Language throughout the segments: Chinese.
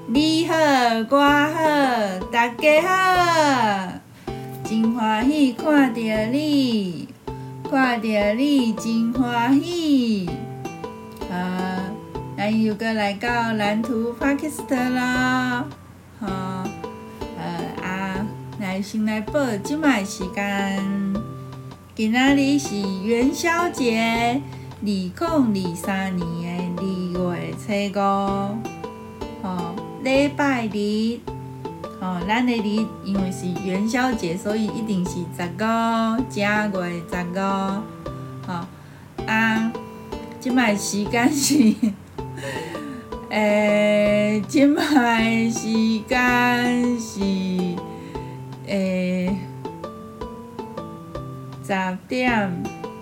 你好，我好，大家好，真欢喜看到你，看到你真欢喜。咱又搁来到蓝图 Podcast 啦，来先来报即摆时间。今仔日是元宵节，2023年的2月初5，礼拜日，咱的日因为是元宵节，所以一定是15，正月15，即摆时间是，即摆时间是10点。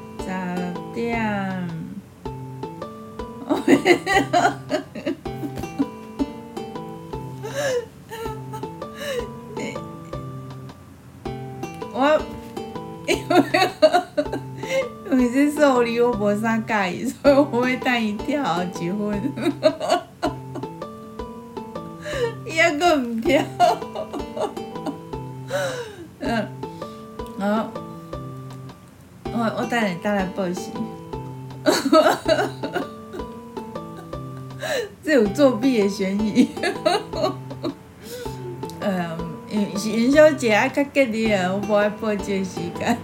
因为这数字我无啥介意，所以我会等伊跳后1分。伊还阁毋跳。我等下报时。这有作弊的嫌疑。因为是元宵节较吉利啊，我无爱报这个时间。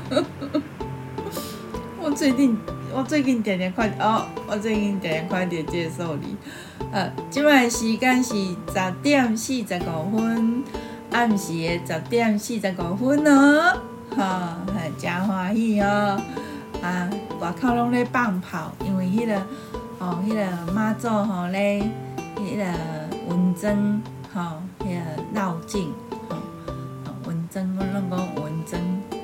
我最近常常看到这个数字。即摆时间是10点45分，暗时的10点45分哦。真欢喜哦。外口拢咧放炮，因为迄个妈祖咧，迄个文装迄个绕境文装，我拢讲文装，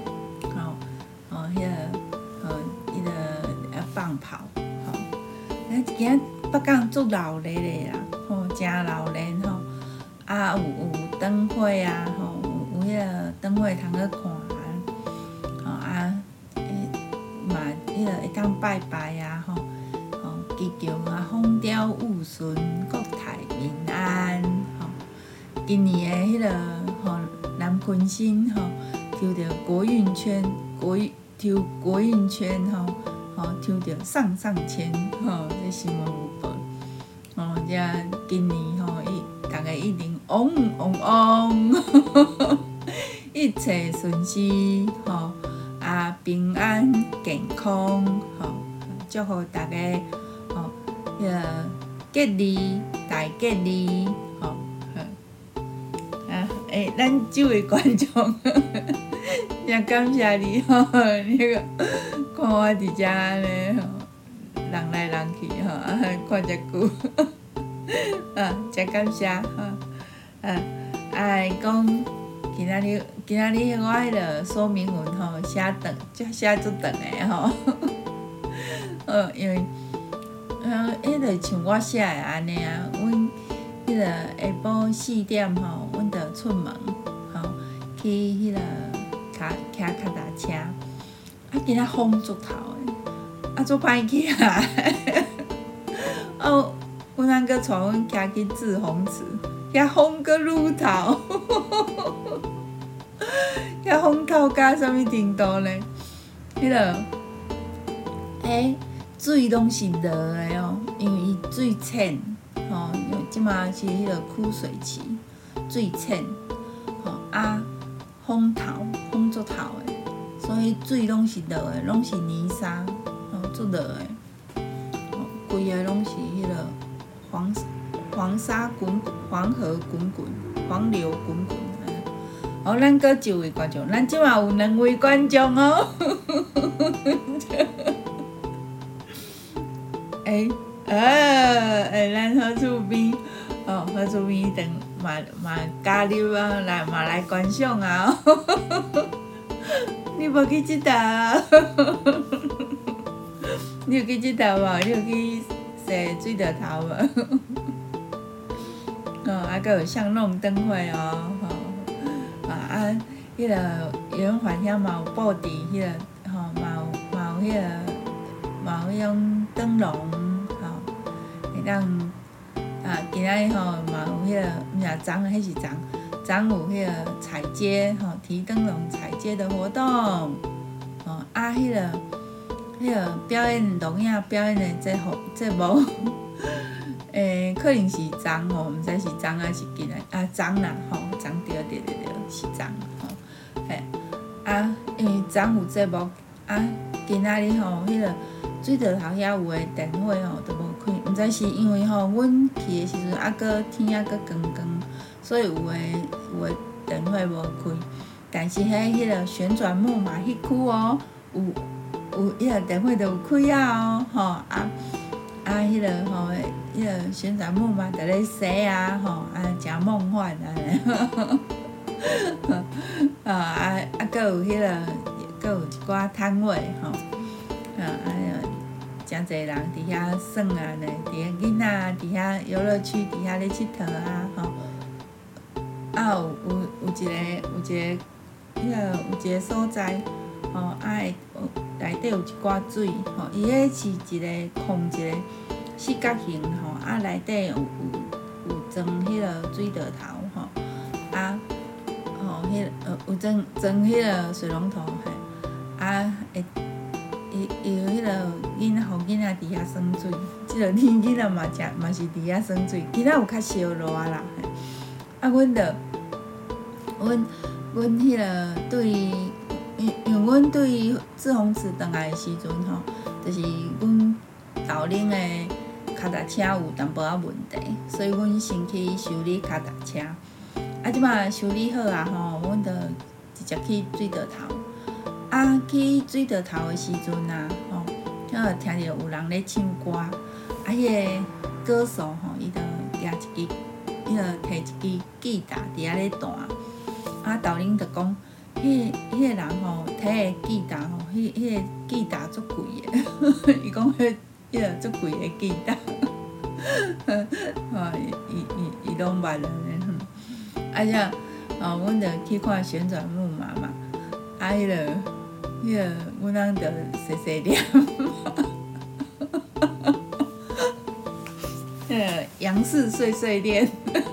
迄个放炮，今仔北港足热烈的啦，真热烈有灯火啊，有迄个灯火通去看。嘛，迄个会当拜拜啊，祈求风调雨顺，国泰民安，今年的迄个南昆新抽到国运圈，抽到上签，这新闻有报。这今年大家一定旺旺旺，一切顺心，平安健康，祝福大家，迄个吉利大吉利，咱这位观众，真感谢你那个看我伫遮安尼人来人去看遮久，真感谢讲。今仔日我迄个说明文写足长的因为迄个像我写的安尼啊，阮迄个下晡4点阮就出门去迄个骑脚踏车，今仔风足透的，足歹骑来。阮翁阁带阮骑去志宏祠，遐风阁愈透。遐风透到什么程度呢？迄个水拢是热的哦，因为伊水浅，因为即马是迄个枯水期，水浅，风足透的，所以水拢是热的，拢是泥沙，足热的，规个拢是迄个黄沙滚滚，黄河滚滚，黄流滚滚。咱阁一位观众，咱即马有2位观众哦。咱好厝边，好厝边等嘛加入啊，来观赏啊。你无去即搭？你有去即搭无？你有去洗水道头无？阁有巷弄灯会哦。迄个圆环遐嘛有布置迄个，嘛有迄个，嘛有迄种灯笼，会当今仔日吼嘛有迄个，毋是昨迄是昨有迄个彩街吼，提灯笼彩街的活动，迄个表演录影表演的节目，可能是昨吼，毋知是昨还是今仔昨啦吼，昨对，是昨吼，因为昨有节目，今仔日吼迄个水道头遐有诶电火吼都无开，毋知是因为吼阮去诶时阵搁天搁光光，所以有诶电火无开。但是迄个旋转木马迄区有迄个电火都有开吼，迄个吼迄个旋转木马在咧洗吼，真梦幻搁有迄个，搁有一寡摊位吼，真侪人伫遐耍咧，伫遐囡仔伫遐游乐区伫遐咧佚佗有一个所在吼，内底有一寡水吼，伊迄是一个空一个四角形吼，内底有装迄个水道头吼，有装迄个水龙头嘿，伊有迄个互囡仔伫遐耍水，即个囡仔嘛是伫遐耍水，今仔有较烧热啦嘿，阮迄个对，因为阮对志宏祠转来的时阵吼，就是阮豆奶的脚踏车有淡薄仔问题，所以阮先去修理脚踏车。即摆修理好吼，阮就直接去水道头。去水道头的时阵吼，就听着有人咧唱歌，迄个歌手吼，伊就举一支，伊就摕一支吉他伫遐咧弹，豆奶就讲，迄个人吼，摕个吉他吼，迄个吉他足贵的，伊讲迄个足贵的吉他，伊拢捌了呢。阮就去看旋转木马嘛，迄个阮人就细念，杨氏碎念，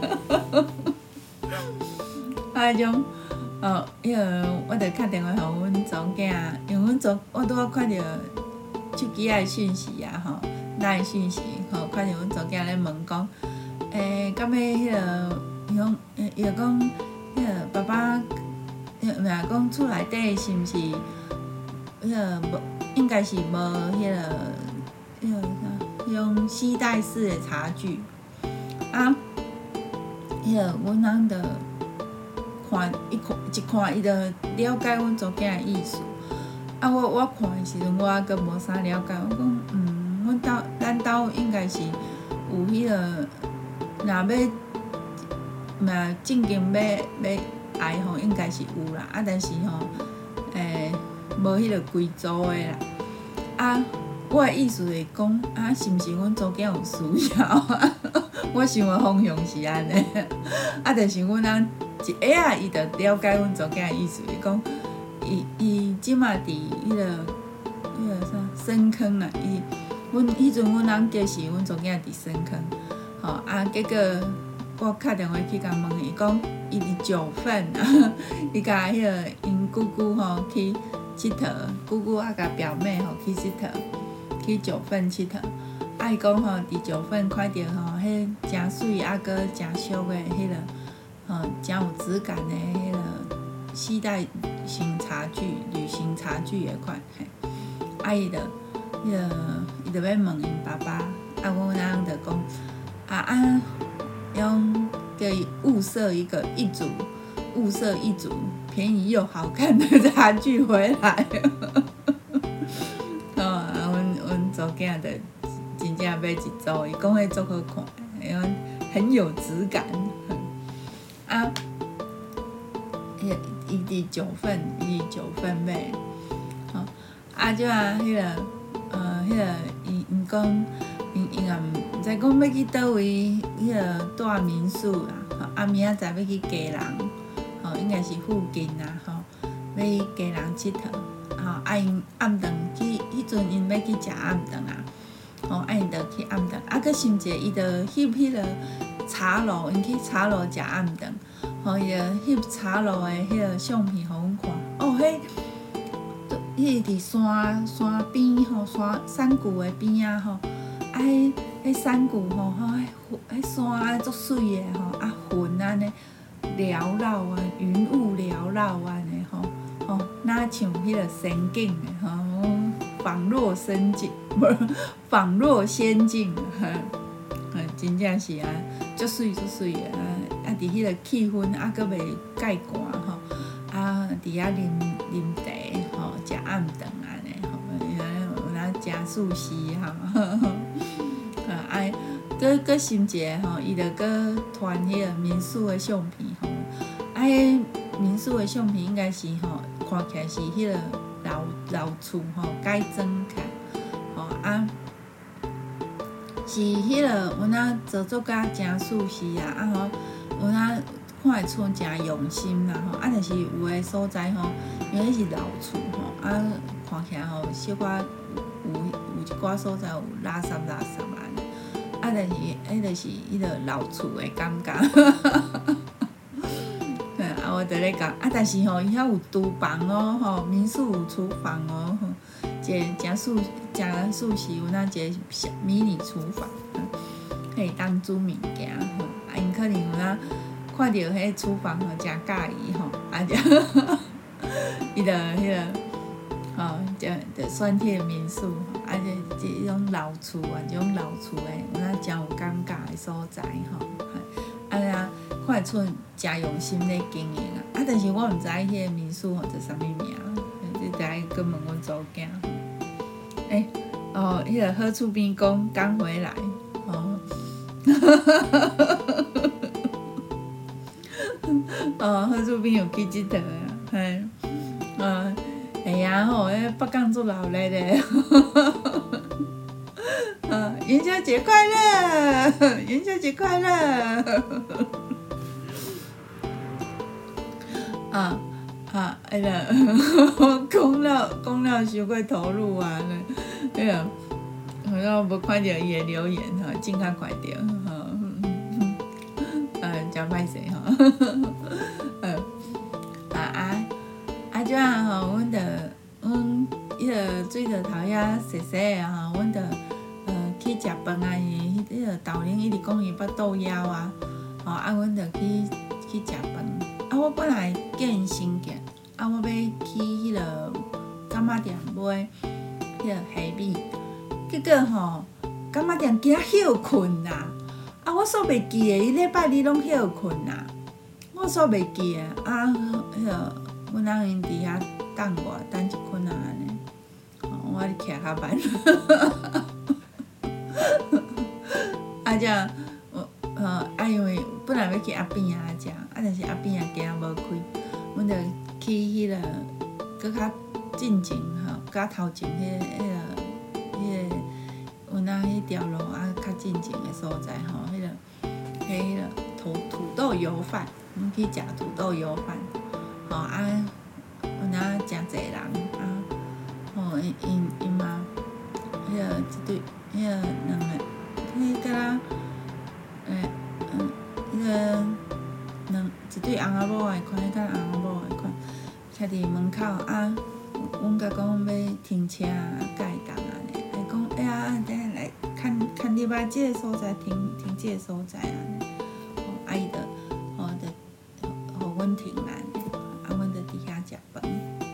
迄种，我就打电话互阮祖囝，因为我拄仔看到手机仔的讯息吼，LINE讯息吼，看到阮祖囝咧问讲，敢要迄个，伊就讲，迄个爸爸，讲厝内底是毋是，无应该是无迄个迄种携带式的茶具，阮人就看一看，伊就了解阮祖囝的意思。我看的时阵，我阁无啥了解。我讲，咱兜应该是有迄个，若要正经要爱吼，应该是有啦。但是吼，无迄个规组的啦。我的意思是讲，是毋是阮祖囝有需要？我想的方向是安尼。但是阮人一下伊就了解阮祖囝的意思，伊讲，伊即马伫迄个啥深坑啊，迄阵阮人就是阮祖囝伫深坑，吼结果我打电话去甲问伊讲，伊伫九份伊甲迄个因姑姑吼去佚佗，姑姑甲表妹吼去佚佗，去九份佚佗。伊讲吼伫九份看到吼，迄真水阁真俗的迄个，真有质感的迄个携带型茶具、旅行茶具的款嘿。伊就要问因爸爸，阮人就讲，用叫伊物色一组便宜又好看的茶具回来。阮祖囝就真正买一组，伊讲迄足好看，因为很有质感。伊伫九份买，即摆迄个因讲，因也毋知讲要去倒位，迄个住民宿啦，明仔载要去家人，应该是附近啦，要去家人佚佗，因暗顿去，迄阵因要去食暗顿吼，因着去暗顿，佮甚至伊着翕迄个茶楼，因去茶楼食暗顿，吼，伊着翕茶楼的迄个相片，互阮看。哦，迄伫山边吼，山谷的边啊吼，迄山谷吼，迄山足水的吼，云安尼缭绕啊，云雾缭绕安尼吼，哪像迄个仙境的吼，仿若仙境，仿若仙境，真正是啊，足水的伫迄个气氛阁袂介寒吼，伫遐啉茶吼，食暗顿安尼吼，有哪食素食吼，搁甚至吼，伊着搁传迄个民宿的相片吼，民宿的相片应该是吼，看起来是迄个老厝吼改装起来，吼是迄个阮做作甲诚舒适啊，吼，阮看会出诚用心啦吼，就是有诶所在吼，因为是老厝吼，看起来吼小可有一寡所在有垃圾安尼，迄就是迄个老厝诶感觉。我就咧讲，但是吼，伊遐有厨房哦，吼，民宿有厨房哦，一个诚舒适，有一个迷你厨房，可以当煮物件吼。因可能有看到迄厨房吼，诚介意吼，伊就迄个吼，就选迄个民宿吼，就即种老厝啊，即种老厝诶，有诚有感觉诶所在吼，看会出诚用心咧经营啊！但是我毋知迄个民宿吼做啥物名，这得去问阮祖囝。迄个好厝边讲刚回来，好厝边有去佚佗啊，呀吼，北港做闹热的，元宵节快乐，元宵节快乐。迄个讲了伤过投入啊，迄个好像无看到伊的留言吼，真较快着吼，真歹势吼，即啊吼，阮迄个水槽头遐洗的吼，阮去食饭啊，伊迄个豆奶一直讲伊腹肚枵啊，阮就去食饭。我本来叫因先行，我要去迄个柑仔店买迄个虾米，结果吼，柑仔店惊休困啦，我煞袂记诶，伊礼拜日拢休困啦，我煞袂记诶，迄个阮翁因伫遐等我，等一困啊安尼，我咧徛较慢，因为本来要去阿扁遐食，但是阿扁遐今仔无开，阮就去迄个搁较进前吼，较头前迄个，阮迄条路较进前的所在吼，迄个土豆油饭，阮去食土豆油饭，阮诚济人因嘛，迄个一对，迄个两个，迄敢若迄个一对翁仔某的款，迄敢翁仔某的款，徛伫门口阮甲讲要停车甲伊同安尼，讲等下来看你把即个所在停即个所在安尼，伊就互阮停安尼，阮就伫遐食饭。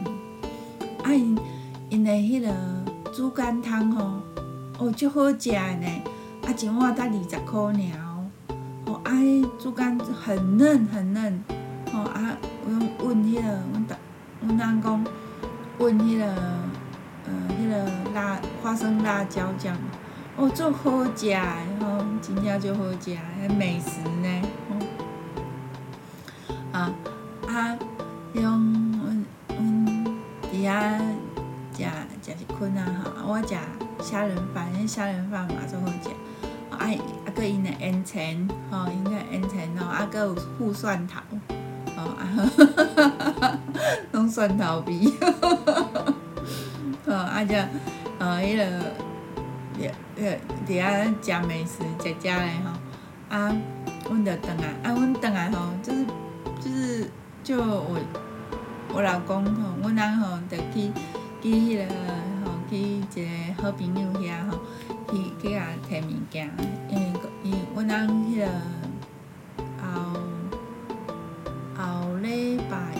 因的迄个猪肝汤吼，足好食的呢，一碗才20块尔哦，猪肝很嫩，阮迄个阮翁讲阮迄个花生辣椒酱，足好食的真正足好食的美食呢，迄种阮伫遐食一捆我食虾仁饭，迄虾仁饭嘛足好食。搁因的烟肠，因个烟肠搁有附蒜头，拢蒜头味，迄个迄个伫遐食美食，食咧吼，啊，阮就转来，阮转来吼，就我老公吼，阮人吼就去迄个吼，去一个好朋友遐吼，去甲摕物件，因为阮人迄个后礼拜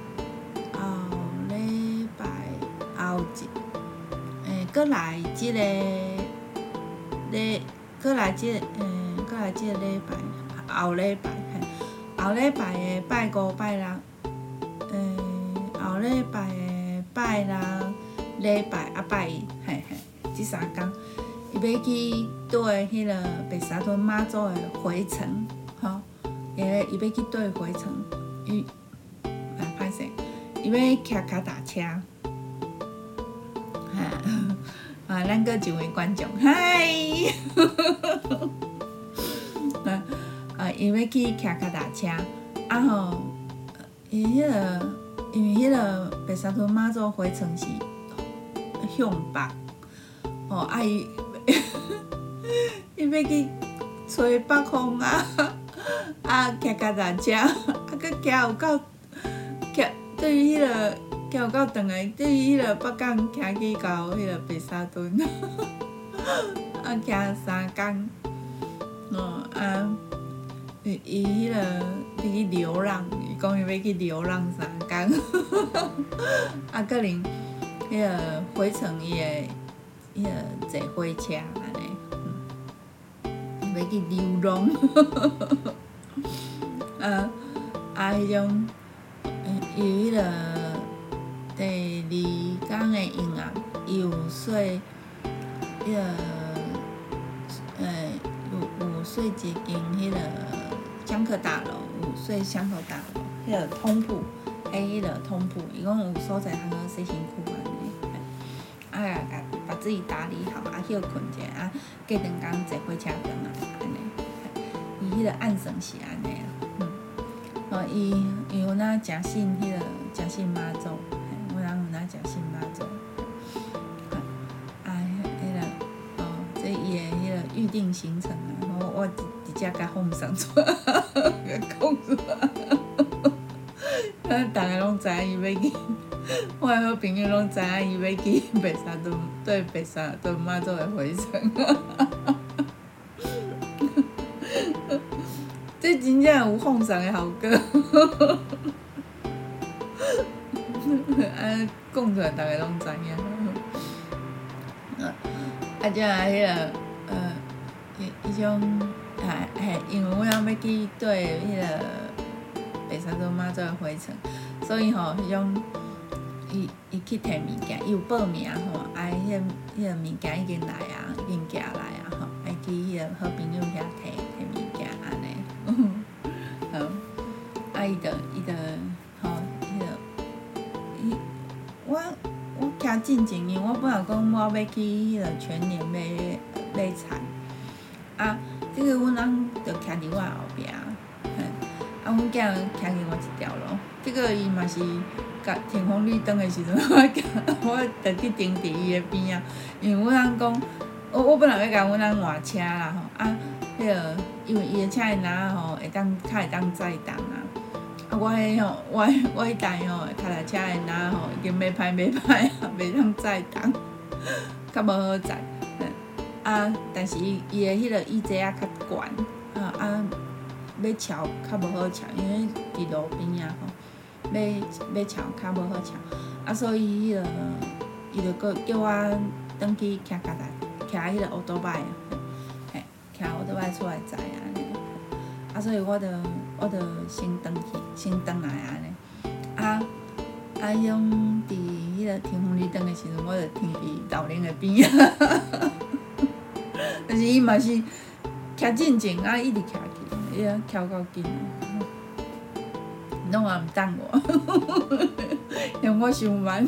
后一，过来即个过来即个礼拜，后礼拜的拜五拜六，后礼拜的拜六、礼拜拜一，即3天，伊要去对迄个白沙屯妈祖的回程，吼，伊要去对回程，歹势，伊要骑脚踏车，咱阁一位观众，嗨，伊要去骑脚踏车，吼，因为迄个白沙屯妈祖回程是向北，伊要去吹北风骑脚踏车，佮骑有够骑，对于迄个骑有够长的，对于迄个北港骑去到迄个白沙屯，骑3天，伊迄个要去流浪，伊讲伊要去流浪3天，可能迄个回程伊会迄个坐火车安尼，要去流浪，迄种，伊迄个第2天的音乐，伊有说迄个，有说一间迄个香客大楼，有说香客大楼，迄个通铺，迄个通铺，伊讲有所在通好洗身躯安尼，把自己打理好，休困者，过2天坐火车回来安尼，伊迄个按算是安尼伊有哪诚信迄个诚信妈祖，有人有哪诚信妈祖，迄个这伊的迄个预定行程我直接甲放上出来，甲讲出来，大家拢知影伊要去，我的好朋友拢知影伊要去白沙屯对白沙屯妈祖的回程。这真正有奉上的效果，讲出来大家拢知影。即迄个迄种因为我要去对迄个白沙屯妈祖的回程，所以吼迄种伊去摕物件，伊有报名吼，迄个物件已经来啊，已经寄来啊吼，去迄个好朋友遐摕物件安尼。伊就吼，我徛进前，因为我本来讲我要去迄个全年买菜，这个阮翁就徛伫我后壁，阮囝徛伫我一条路，结果伊嘛是甲停红绿灯的时阵，我就去停伫伊的边仔，因为阮翁讲，我本来要甲阮翁换车啦吼，迄个因为伊的车的篮吼较会当载重我迄吼，我迄台吼，脚踏车的篮吼已经歹袂当载重，较无好载。但是伊的迄个椅座较悬，要翘较无好翘，因为伫路边吼，要翘较无好翘。所以迄个伊就搁叫我转去骑迄个乌托摆骑乌托摆出来载安尼。所以我就先转来安尼，迄种伫迄个停红绿灯的时阵，我就停伫老林的边仔，但是伊嘛是徛进前一直徛去，伊徛够紧，拢也毋等我，因为我伤慢，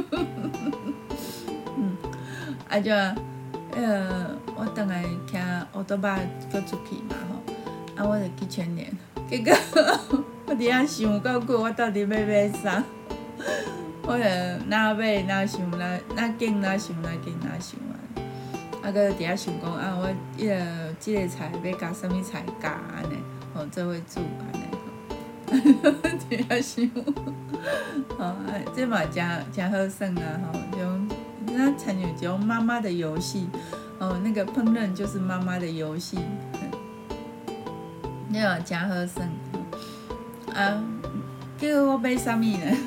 就我转来骑乌托邦搁出去嘛吼，我就去全联，结果我伫遐想到久，我到底要买啥？我就哪买哪想哪紧哪想哪紧哪想搁伫遐想讲我即个菜要加啥物菜加安尼，做伙煮安尼，伫遐想，这嘛真好耍啊种，那参像一种妈妈的游戏，那个烹饪就是妈妈的游戏，那嘛真好耍，结果我买啥物呢？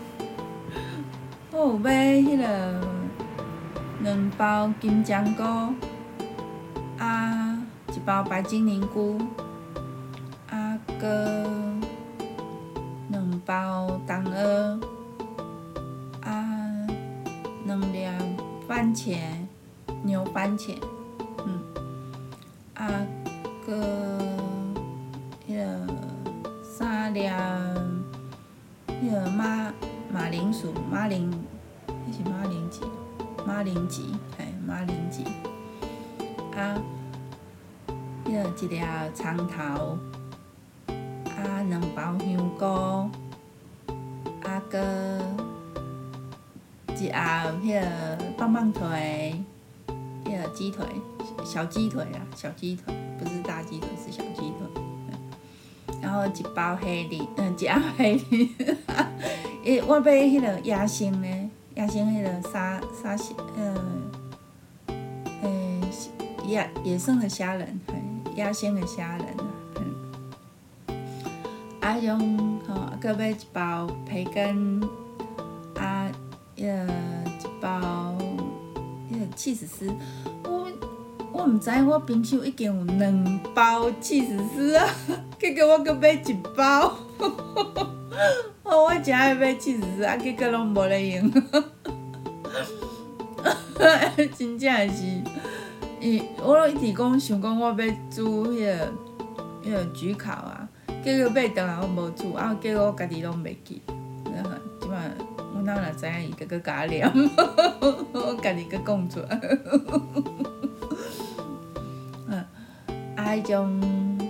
我有买迄个2包金针菇，1包白金灵菇，搁2包冬蚵，2粒番茄，牛番茄，搁迄个3粒迄个马铃薯，迄是马铃薯，马铃薯，迄个1粒葱头，2包香菇，搁1盒迄个棒棒腿，迄个鸡腿，小鸡腿啊，小鸡腿，不是大鸡腿，是小鸡腿。然后1包黑梨，1盒黑梨。我买迄个野生的，迄个野生的虾仁，野生的虾仁种搁买1包培根，迄个1包迄个起司丝。我毋知我冰箱已经有2包起司丝啊，结果我搁买1包。我真爱买起司丝，结果拢无咧用。真正是，我一直想讲我要煮迄个焗烤啊，结果买回来我无煮，结果我家己拢袂记。即摆我哪若知影伊搁甲我念，我家己搁讲出来。迄种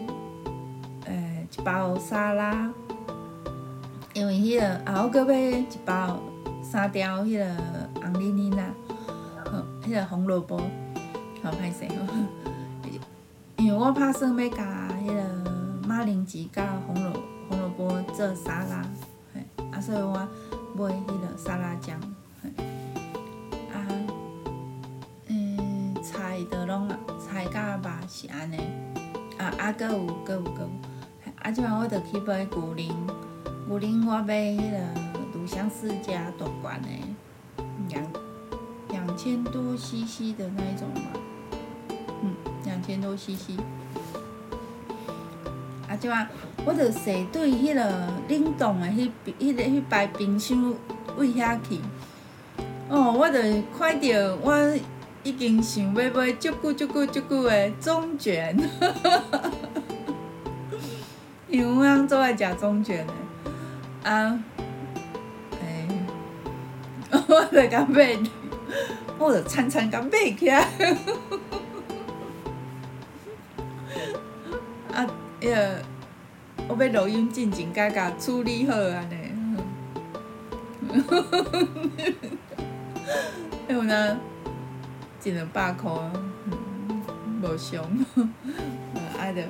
1包沙拉，因为迄个我搁买1包3条迄个红玲玲啊，迄个红萝卜，歹势因为我打算要加迄个马铃薯甲红萝卜做沙拉，所以我买迄个沙拉酱，菜就拢菜甲肉是安尼，搁有，即摆我就去买牛奶，我买迄个乳香世家大罐的，2000多 CC 的那一种嘛，2000多 CC。即摆我就踅对迄个冷冻的迄排冰箱位遐去，我就看到我已经想要买足久的中卷，因为我最爱食中卷的，我就甲买，我就惨甲买起来，迄个我要录音进前甲处理好安尼，有呢，100-200块，无伤，就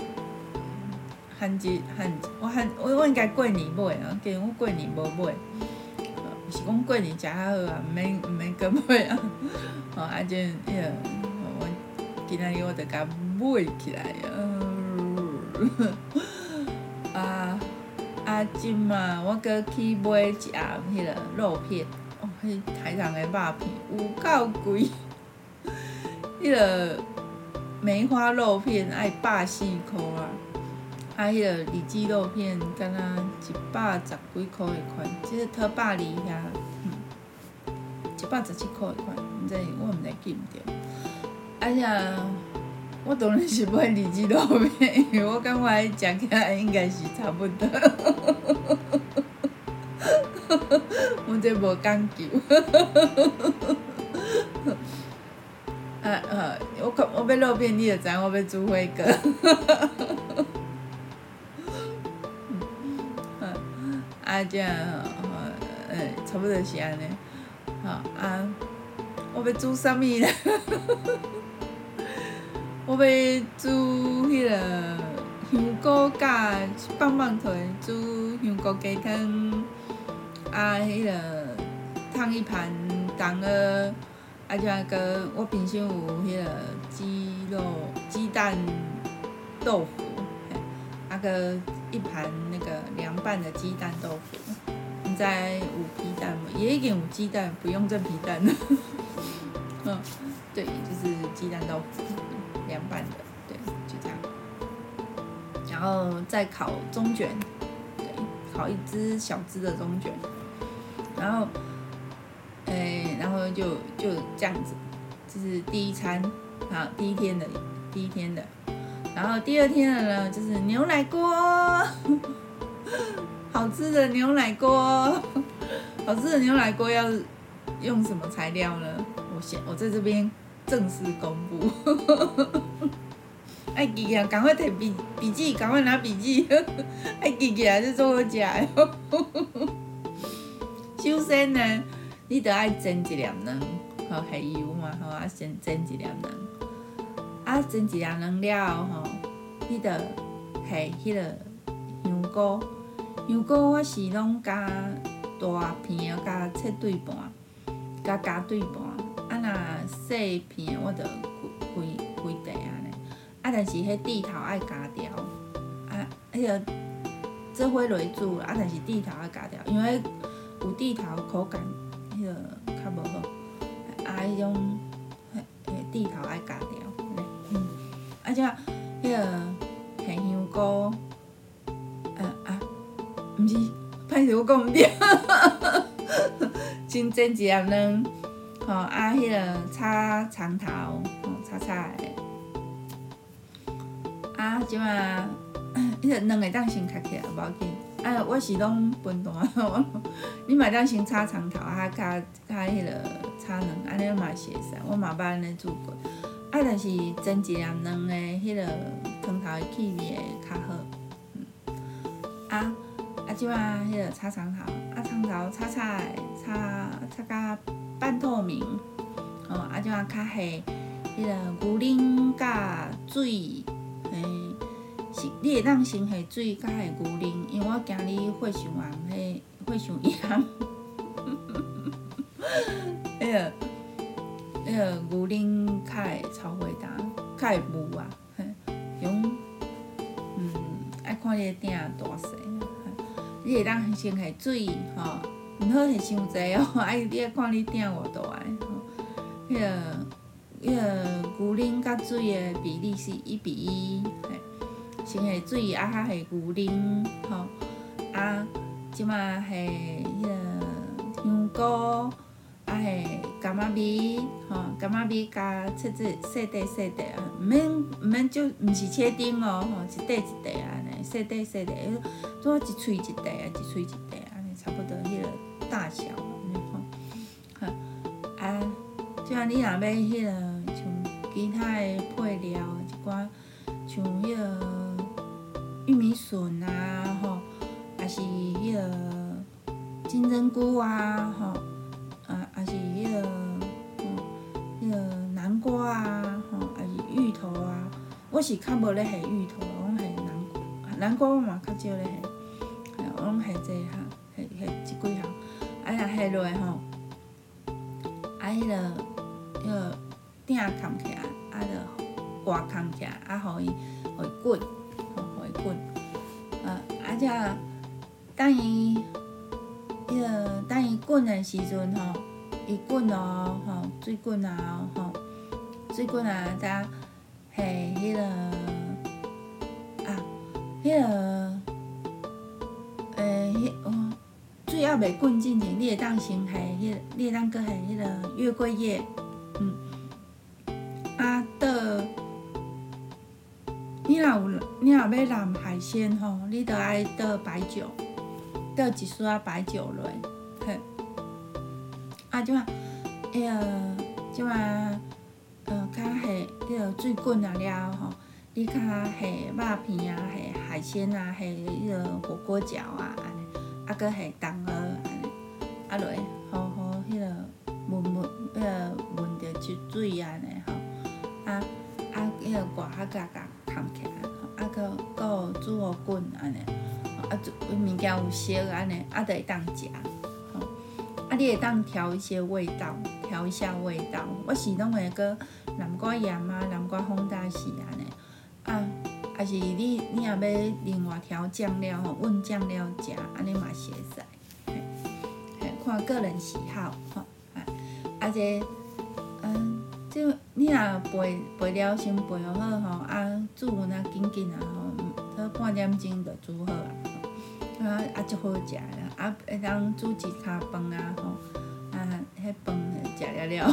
我应该过年买啊，结果我过年无买，是讲过年食较好啊，毋免搁买啊，种迄个，我今仔日我就甲买起来即嘛我搁去买1盒迄个肉片，迄台糖的肉片有够贵，迄个梅花肉片爱140块啊，迄个里脊肉片敢若110几块一款，即个特巴黎遐，117块一款，我毋知记毋着。我当然是买里脊肉片，因为我感觉伊食起来应该是差不多。我这无讲究。我要肉片，你就知我要煮火锅。这样差不多是安尼。 我要煮啥物呢？我要煮迄个香菇甲棒棒腿，煮香菇鸡汤，迄个烫一盘蛋蚵，就个我冰箱有迄个鸡蛋豆腐，个一盘那个凉拌的鸡蛋豆腐，不知有皮蛋吗？也已经有鸡蛋，不用正皮蛋了。对，就是鸡蛋豆腐凉拌的，对，就这样。然后再烤中卷，对，烤一只小只的中卷，然后就这样子，这是第一餐，好，第一天的。然后第二天的呢，就是牛奶锅，好吃的牛奶锅，好吃的牛奶锅要用什么材料呢？我在这边正式公布，爱记起来，赶快摕笔记，赶快拿笔记，爱记起来就做好食的。首先呢，你得爱煎一粒卵，下油嘛，先煎一粒卵。煎一粒卵了后，你着下迄个香菇，我是拢加大片的，加切对半，加对半。若细片我着规块安尼。但是迄蒂头爱加掉，迄个做伙落去煮，但是蒂头爱加掉，因为有蒂头口感迄个较无好。迄种蒂头爱加掉。即迄个下香菇，毋是，歹势我讲毋对，先煎一粒卵，迄个炒长头，炒菜，即摆迄个卵会当先开起来，无要紧。我是拢分段，你嘛当先炒长头，加迄个炒卵，安尼嘛是会使，我嘛捌安尼煮过。但是煎一粒卵的迄个汤头的气味会较好。即摆迄个炒长头，长头炒菜，炒甲半透明。即摆较下迄个牛奶甲水，你会当先下水甲下牛奶，因为我惊你血上红，血上痒。迄个牛奶较会炒火重，较会糊用爱看你的鼎大细，你会当先下水毋好下伤济你爱看你鼎偌大迄个牛奶甲水的比例是1:1，先下水较下牛奶即摆下迄个香菇。下柑仔味，柑仔味加切细块，毋免就毋是切丁一块安尼，细块，做一喙一块安尼，差不多迄个大小安尼即摆你若要迄个像其他的配料一寡，像迄个玉米笋还是迄个金针菇还是迄个南瓜还是芋头我是较无咧下芋头，我拢下南瓜我嘛较少咧下，我拢下这项，下一几项，若下落迄个鼎扛起来，就挂扛起来，互伊滚，才等伊滚的时阵伊滚水滚才下迄个水还袂滚之前，你会当先下你会当搁下迄个月桂叶，你若要淋海鲜你着爱倒白酒，倒一丝白酒落，即摆即摆较下迄个水滚了你较下肉片下海鲜下迄个火锅饺安尼，搁下蛋蚵安尼，落互迄个闻着水安尼吼，迄个外壳甲盖起来，佮有煮蚵滚安尼，物件有熟安尼，就会当食。你会当调一些味道，调一下味道。我是拢会搁南瓜盐啊、南瓜烘大西安尼，还是你若要另外调酱料吼，混酱料食，安尼嘛是会使。看个人喜好吼。这你若备了先备好吼，煮若紧吼，好半点钟就煮好啊。足好食啦，会当煮一骹饭啊吼，迄饭食了。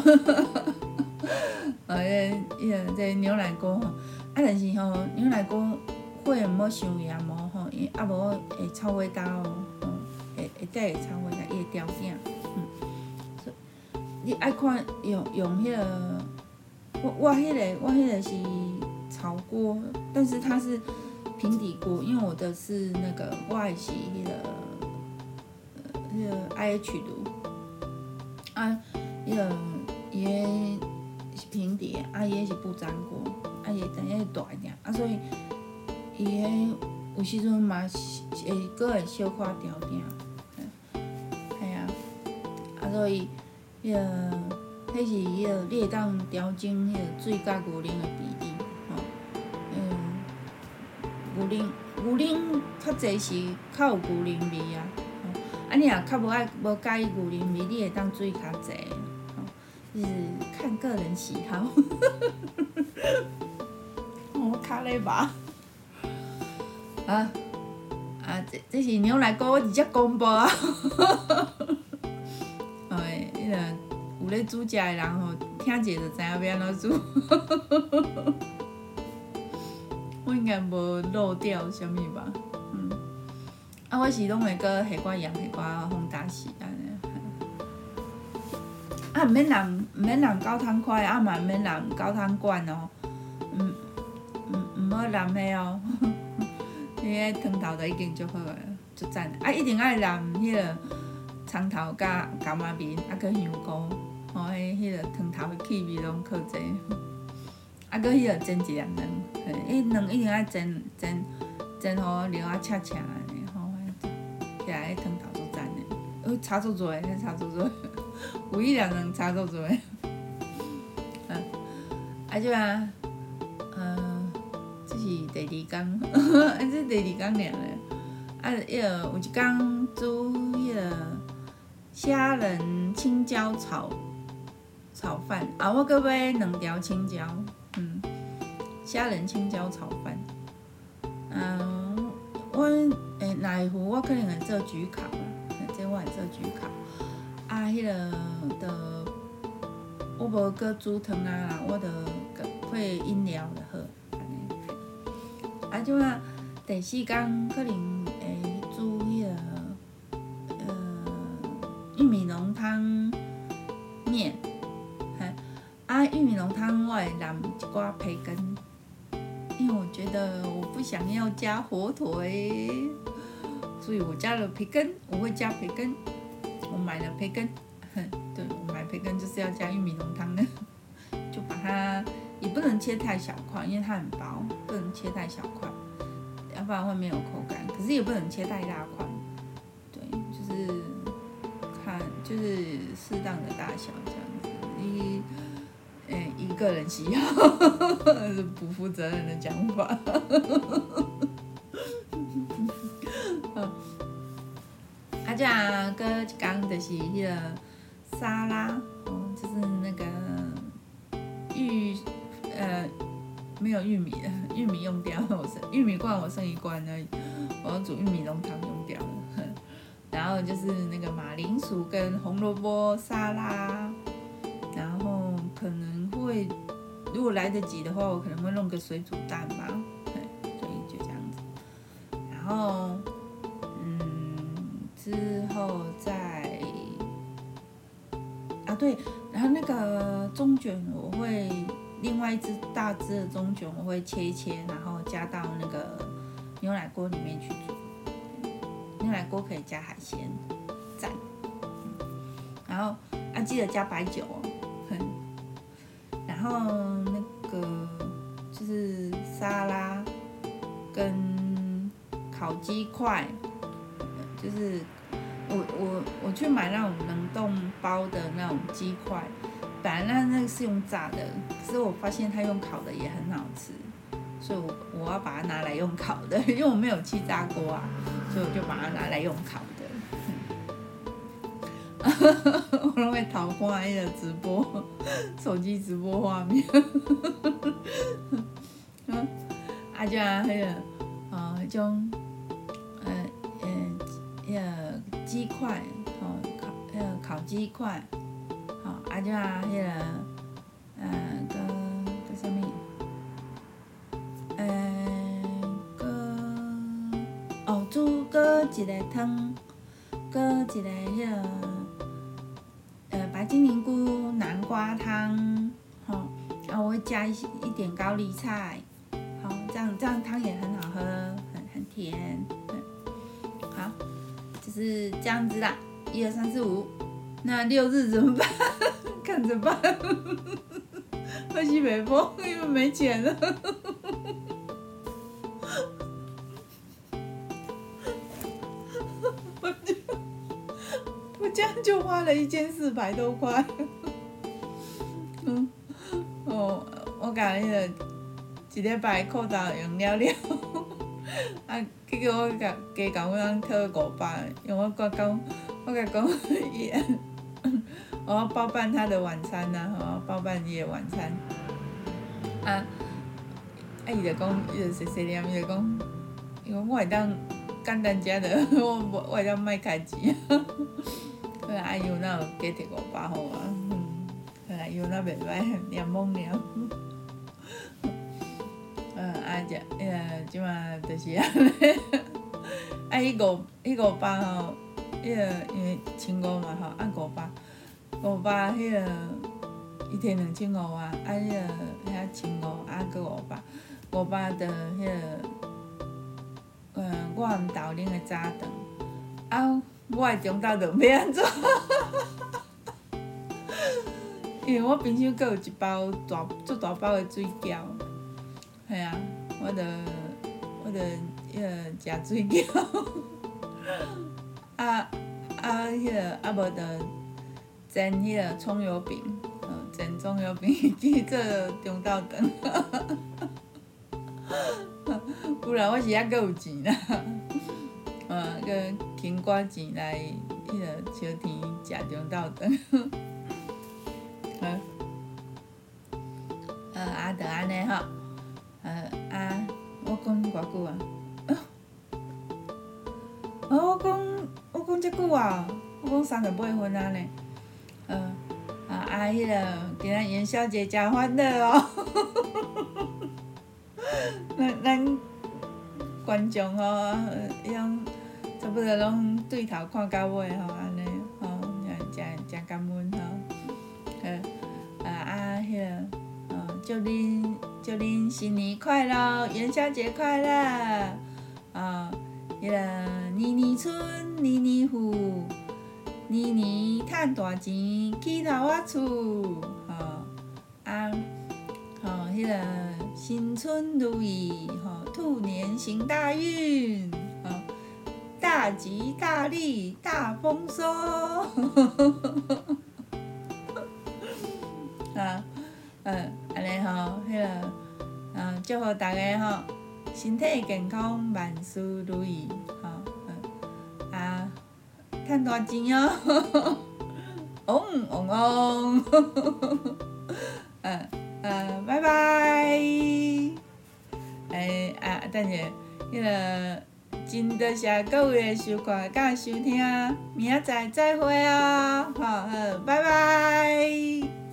这牛奶锅吼，但是吼牛奶锅火毋好伤严吼，因无会臭味道吼，会炒味道，伊会掉鼎。你爱看用迄个，我迄个是炒锅，但是它是平底锅，因为我的是那个我的是迄个 IH 炉，伊个是平底的，伊个是不粘锅，伊会等下大一点，所以伊迄有时阵嘛会搁会小可掉鼎，所以迄是迄个你会当调整迄个水甲牛奶的比例，牛奶较济是较有牛奶味你若较无介意牛奶味，你会当水较济，就是看个人喜好。我卡咧吧。这是牛奶锅，我直接公布啊。迄个有咧煮食的人吼，听者就知影要安怎煮。我应该无漏掉啥物吧？我是拢会搁下寡盐、下寡烘大丝安尼。毋免淋高汤块，嘛毋免淋高汤罐哦。毋好淋迄哦。迄个汤头就已经足好个，足赞。一定爱淋迄个葱头甲柑仔面，搁香菇，迄个汤头的气味拢靠济。搁迄个煎一粒卵，迄卵一定爱煎互料赤赤安尼，起来迄汤头足赞的。差足多，迄差足多，有一粒卵差足多。这是第二工，这第二工尔咧。有一工煮迄个虾仁青椒炒饭，我搁买2条青椒，虾仁青椒炒饭。我哪会我可能会做焗烤啦，这我会做焗烤。迄个我无搁煮汤啦，我就配饮料就好。即摆第4工可能会煮迄个玉米浓汤面，玉米浓汤我会淋一寡培根，因为我觉得我不想要加火腿，所以我加了培根，我会加培根，我买了培根，对，我买培根就是要加玉米浓汤的，就把它也不能切太小块，因为它很薄，不能切太小块，要不然会没有口感。可是也不能切太大块，对，就是看就是适当的大小这样子。一个人喜好，是不负责任的讲法。这样搁一工就是迄个沙拉，就是那个没有玉米了，玉米用掉了，玉米罐我剩1罐而已，我要煮玉米浓汤用掉了。然后就是那个马铃薯跟红萝卜沙拉，然后可能会如果来得及的话，我可能会弄个水煮蛋吧，所以就这样子。然后之后再对，然后那个中卷我会另外一只大只的中卷我会切一切，然后加到那个牛奶锅里面去煮。牛奶锅可以加海鲜，赞。然后记得加白酒哦。然后那个就是沙拉跟烤鸡块，就是我去买那种冷冻包的那种鸡块，本来那个是用炸的，可是我发现它用烤的也很好吃，所以我要把它拿来用烤的，因为我没有气炸锅啊，所以我就把它拿来用烤的。我拢会偷看迄个直播，手机直播画面。就迄个迄种迄个鸡块，迄个烤鸡块，就迄个个啥物，煮个一个汤，个一个迄个。白金凝菇南瓜汤，然后我会加一点高丽菜，这样汤也很好喝，很甜，好，就是这样子啦，1、2、3、4、5，那6日怎么办？看着办，喝西北风，因为没钱了。这样就花了1件400多块。我甲迄个一礼拜扣打用了，结果我甲加讲我通讨500，因为我甲讲，我要包办他的晚餐呐，包办伊的晚餐。伊就讲，伊就碎碎念，伊就讲，因为我会当简单食的，我会当莫开钱。伊有哪有加摕500块啊？伊有哪袂歹，念懵念。即马就是安尼。迄500吼，迄个因为1500嘛吼，按500，迄个伊摕2500啊，迄个遐1500，搁500的迄个，我含豆奶的早顿，我的中昼顿要安怎？因为我冰箱阁有一包足大包的水饺，系啊，我著迄个食水饺，迄个无著煎迄个葱油饼，煎葱油饼去做中昼顿，不然我是还阁有钱啦。搁勤寡钱来迄个烧甜食中昼顿，就安尼吼，我讲偌久啊？我讲遮久啊，我讲38分啊呢。迄个今仔元宵节真欢乐哦。咱观众吼，差不多拢对头看到尾吼，安尼吼，真感恩吼。迄个祝恁新年快乐，元宵节快乐。迄个年年春，年年富，年年赚大钱，起头仔厝。迄个新春如意，兔年行大运。大吉大利大丰收，安尼吼，迄个，祝福大家吼，身体健康，万事如意，赚大钱哦，嗡嗡嗡，拜拜，等下，迄个。真多谢各位的收看甲收听，明仔载再会哦，好，拜拜。